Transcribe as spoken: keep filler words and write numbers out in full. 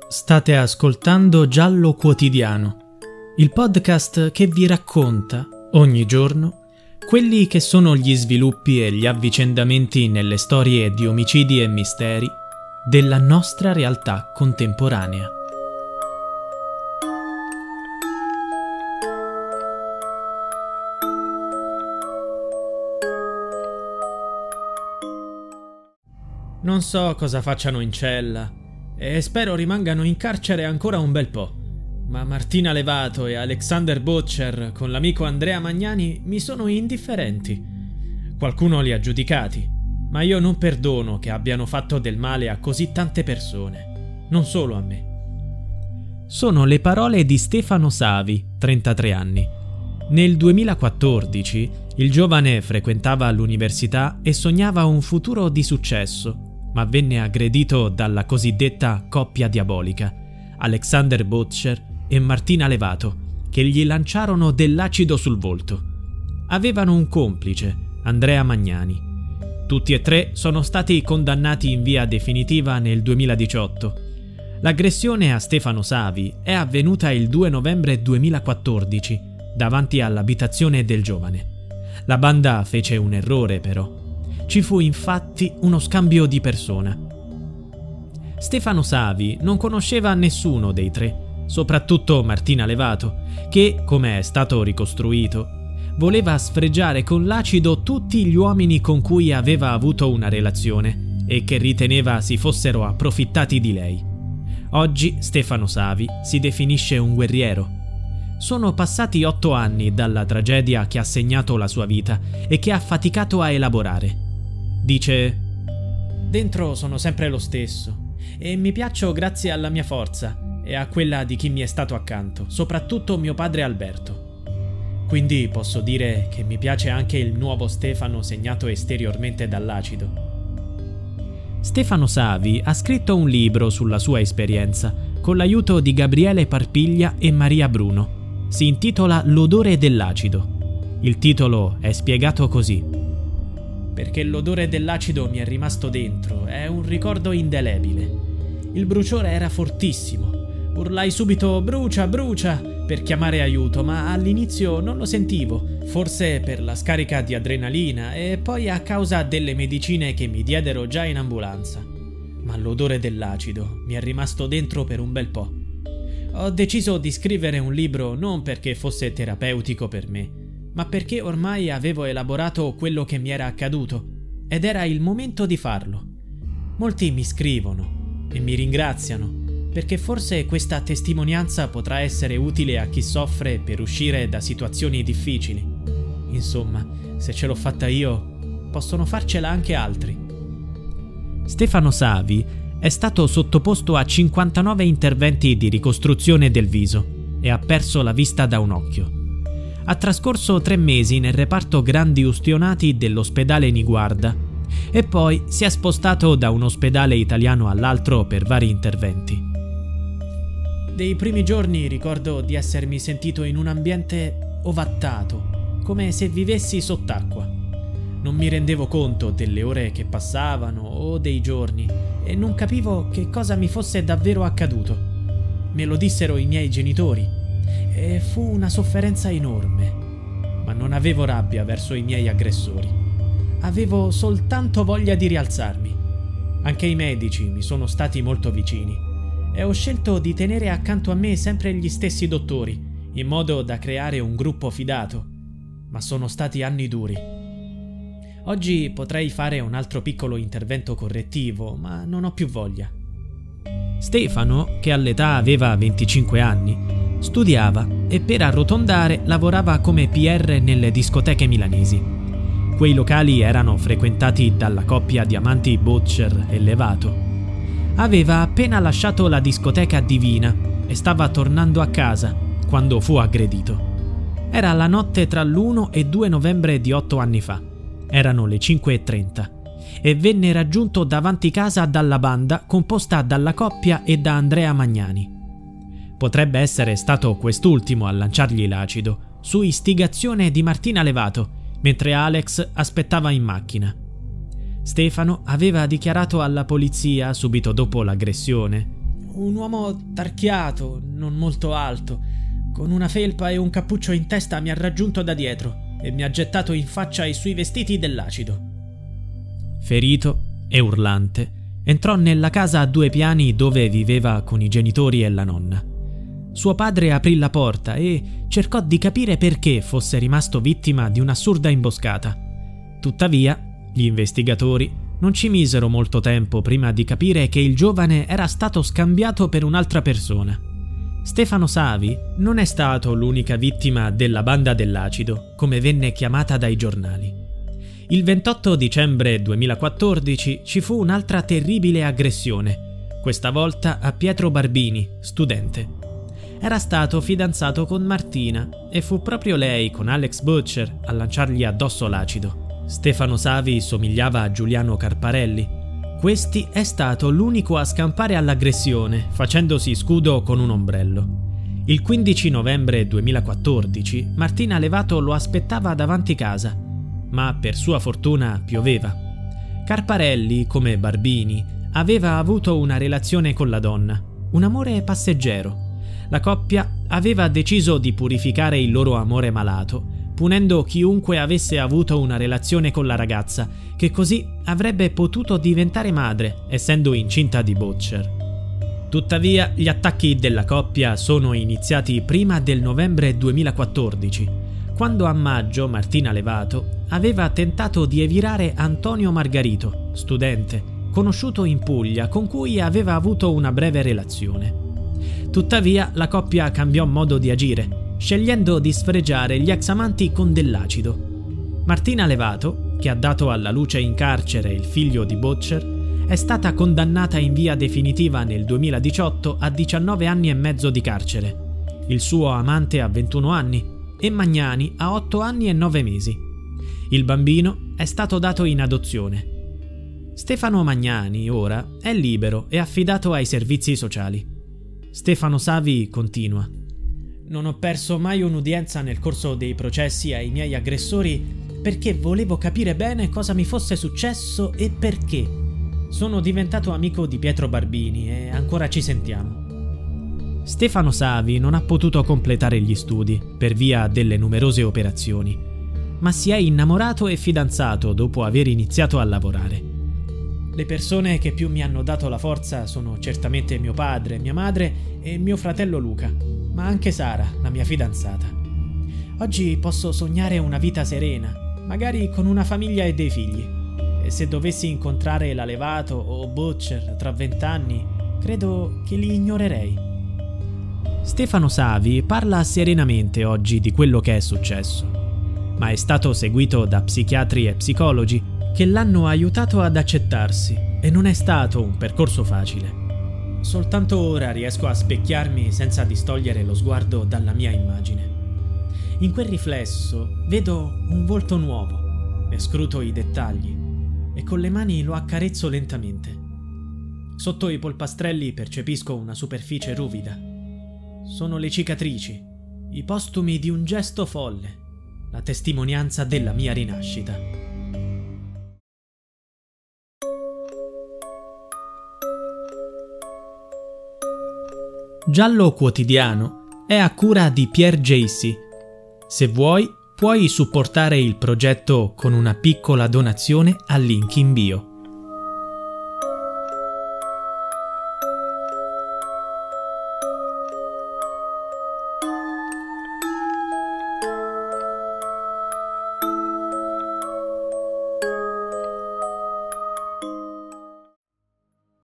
State ascoltando Giallo Quotidiano, il podcast che vi racconta, ogni giorno, quelli che sono gli sviluppi e gli avvicendamenti nelle storie di omicidi e misteri della nostra realtà contemporanea. Non so cosa facciano in cella e spero rimangano in carcere ancora un bel po', ma Martina Levato e Alexander Butcher con l'amico Andrea Magnani mi sono indifferenti. Qualcuno li ha giudicati, ma io non perdono che abbiano fatto del male a così tante persone, non solo a me. Sono le parole di Stefano Savi, trentatré anni. Nel duemilaquattordici il giovane frequentava l'università e sognava un futuro di successo, ma venne aggredito dalla cosiddetta coppia diabolica, Alexander Butcher e Martina Levato, che gli lanciarono dell'acido sul volto. Avevano un complice, Andrea Magnani. Tutti e tre sono stati condannati in via definitiva nel duemiladiciotto. L'aggressione a Stefano Savi è avvenuta il due novembre duemilaquattordici, davanti all'abitazione del giovane. La banda fece un errore, però. Ci fu infatti uno scambio di persona. Stefano Savi non conosceva nessuno dei tre, soprattutto Martina Levato, che, come è stato ricostruito, voleva sfregiare con l'acido tutti gli uomini con cui aveva avuto una relazione e che riteneva si fossero approfittati di lei. Oggi Stefano Savi si definisce un guerriero. Sono passati otto anni dalla tragedia che ha segnato la sua vita e che ha faticato a elaborare. Dice: «Dentro sono sempre lo stesso e mi piaccio grazie alla mia forza e a quella di chi mi è stato accanto, soprattutto mio padre Alberto. Quindi posso dire che mi piace anche il nuovo Stefano segnato esteriormente dall'acido». Stefano Savi ha scritto un libro sulla sua esperienza con l'aiuto di Gabriele Parpiglia e Maria Bruno. Si intitola L'odore dell'acido. Il titolo è spiegato così: «Perché l'odore dell'acido mi è rimasto dentro, è un ricordo indelebile. Il bruciore era fortissimo. Urlai subito brucia, brucia per chiamare aiuto, ma all'inizio non lo sentivo, forse per la scarica di adrenalina e poi a causa delle medicine che mi diedero già in ambulanza. Ma l'odore dell'acido mi è rimasto dentro per un bel po'. Ho deciso di scrivere un libro non perché fosse terapeutico per me, ma perché ormai avevo elaborato quello che mi era accaduto ed era il momento di farlo. Molti mi scrivono e mi ringraziano perché forse questa testimonianza potrà essere utile a chi soffre per uscire da situazioni difficili. Insomma, se ce l'ho fatta io, possono farcela anche altri». Stefano Savi è stato sottoposto a cinquantanove interventi di ricostruzione del viso e ha perso la vista da un occhio. Ha trascorso tre mesi nel reparto grandi ustionati dell'ospedale Niguarda e poi si è spostato da un ospedale italiano all'altro per vari interventi. Dei primi giorni ricordo di essermi sentito in un ambiente ovattato, come se vivessi sott'acqua. Non mi rendevo conto delle ore che passavano o dei giorni e non capivo che cosa mi fosse davvero accaduto. Me lo dissero i miei genitori e fu una sofferenza enorme, ma non avevo rabbia verso i miei aggressori. Avevo soltanto voglia di rialzarmi. Anche i medici mi sono stati molto vicini e ho scelto di tenere accanto a me sempre gli stessi dottori, in modo da creare un gruppo fidato, ma sono stati anni duri. Oggi potrei fare un altro piccolo intervento correttivo, ma non ho più voglia». Stefano, che all'età aveva venticinque anni, studiava e per arrotondare lavorava come P R nelle discoteche milanesi. Quei locali erano frequentati dalla coppia di amanti Butcher e Levato. Aveva appena lasciato la discoteca Divina e stava tornando a casa quando fu aggredito. Era la notte tra l'primo e due novembre di otto anni fa. Erano le cinque e trenta e venne raggiunto davanti casa dalla banda composta dalla coppia e da Andrea Magnani. Potrebbe essere stato quest'ultimo a lanciargli l'acido, su istigazione di Martina Levato, mentre Alex aspettava in macchina. Stefano aveva dichiarato alla polizia subito dopo l'aggressione: Un uomo tarchiato, non molto alto, con una felpa e un cappuccio in testa mi ha raggiunto da dietro e mi ha gettato in faccia i suoi vestiti dell'acido. Ferito e urlante, entrò nella casa a due piani dove viveva con i genitori e la nonna. Suo padre aprì la porta e cercò di capire perché fosse rimasto vittima di un'assurda imboscata. Tuttavia, gli investigatori non ci misero molto tempo prima di capire che il giovane era stato scambiato per un'altra persona. Stefano Savi non è stato l'unica vittima della banda dell'acido, come venne chiamata dai giornali. Il ventotto dicembre duemilaquattordici ci fu un'altra terribile aggressione, questa volta a Pietro Barbini, studente. Era stato fidanzato con Martina e fu proprio lei, con Alex Butcher, a lanciargli addosso l'acido. Stefano Savi somigliava a Giuliano Carparelli. Questi è stato l'unico a scampare all'aggressione, facendosi scudo con un ombrello. Il quindici novembre duemilaquattordici Martina Levato lo aspettava davanti casa, ma per sua fortuna pioveva. Carparelli, come Barbini, aveva avuto una relazione con la donna, un amore passeggero. La coppia aveva deciso di purificare il loro amore malato, punendo chiunque avesse avuto una relazione con la ragazza, che così avrebbe potuto diventare madre, essendo incinta di Butcher. Tuttavia, gli attacchi della coppia sono iniziati prima del novembre duemilaquattordici, quando a maggio Martina Levato aveva tentato di evirare Antonio Margarito, studente, conosciuto in Puglia, con cui aveva avuto una breve relazione. Tuttavia, la coppia cambiò modo di agire, scegliendo di sfregiare gli ex amanti con dell'acido. Martina Levato, che ha dato alla luce in carcere il figlio di Butcher, è stata condannata in via definitiva nel duemiladiciotto a diciannove anni e mezzo di carcere, il suo amante a ventuno anni e Magnani a otto anni e nove mesi. Il bambino è stato dato in adozione. Stefano Magnani ora è libero e affidato ai servizi sociali. Stefano Savi continua: non ho perso mai un'udienza nel corso dei processi ai miei aggressori perché volevo capire bene cosa mi fosse successo e perché. Sono diventato amico di Pietro Barbini e ancora ci sentiamo. Stefano Savi non ha potuto completare gli studi per via delle numerose operazioni, ma si è innamorato e fidanzato dopo aver iniziato a lavorare. Le persone che più mi hanno dato la forza sono certamente mio padre, mia madre e mio fratello Luca, ma anche Sara, la mia fidanzata. Oggi posso sognare una vita serena, magari con una famiglia e dei figli. E se dovessi incontrare la Levato o Butcher tra vent'anni, credo che li ignorerei. Stefano Savi parla serenamente oggi di quello che è successo, ma è stato seguito da psichiatri e psicologi che l'hanno aiutato ad accettarsi e non è stato un percorso facile. Soltanto ora riesco a specchiarmi senza distogliere lo sguardo dalla mia immagine. In quel riflesso vedo un volto nuovo, ne scruto i dettagli e con le mani lo accarezzo lentamente. Sotto i polpastrelli percepisco una superficie ruvida. Sono le cicatrici, i postumi di un gesto folle, la testimonianza della mia rinascita. Giallo Quotidiano è a cura di Pierre Jacy. Se vuoi, puoi supportare il progetto con una piccola donazione al link in bio.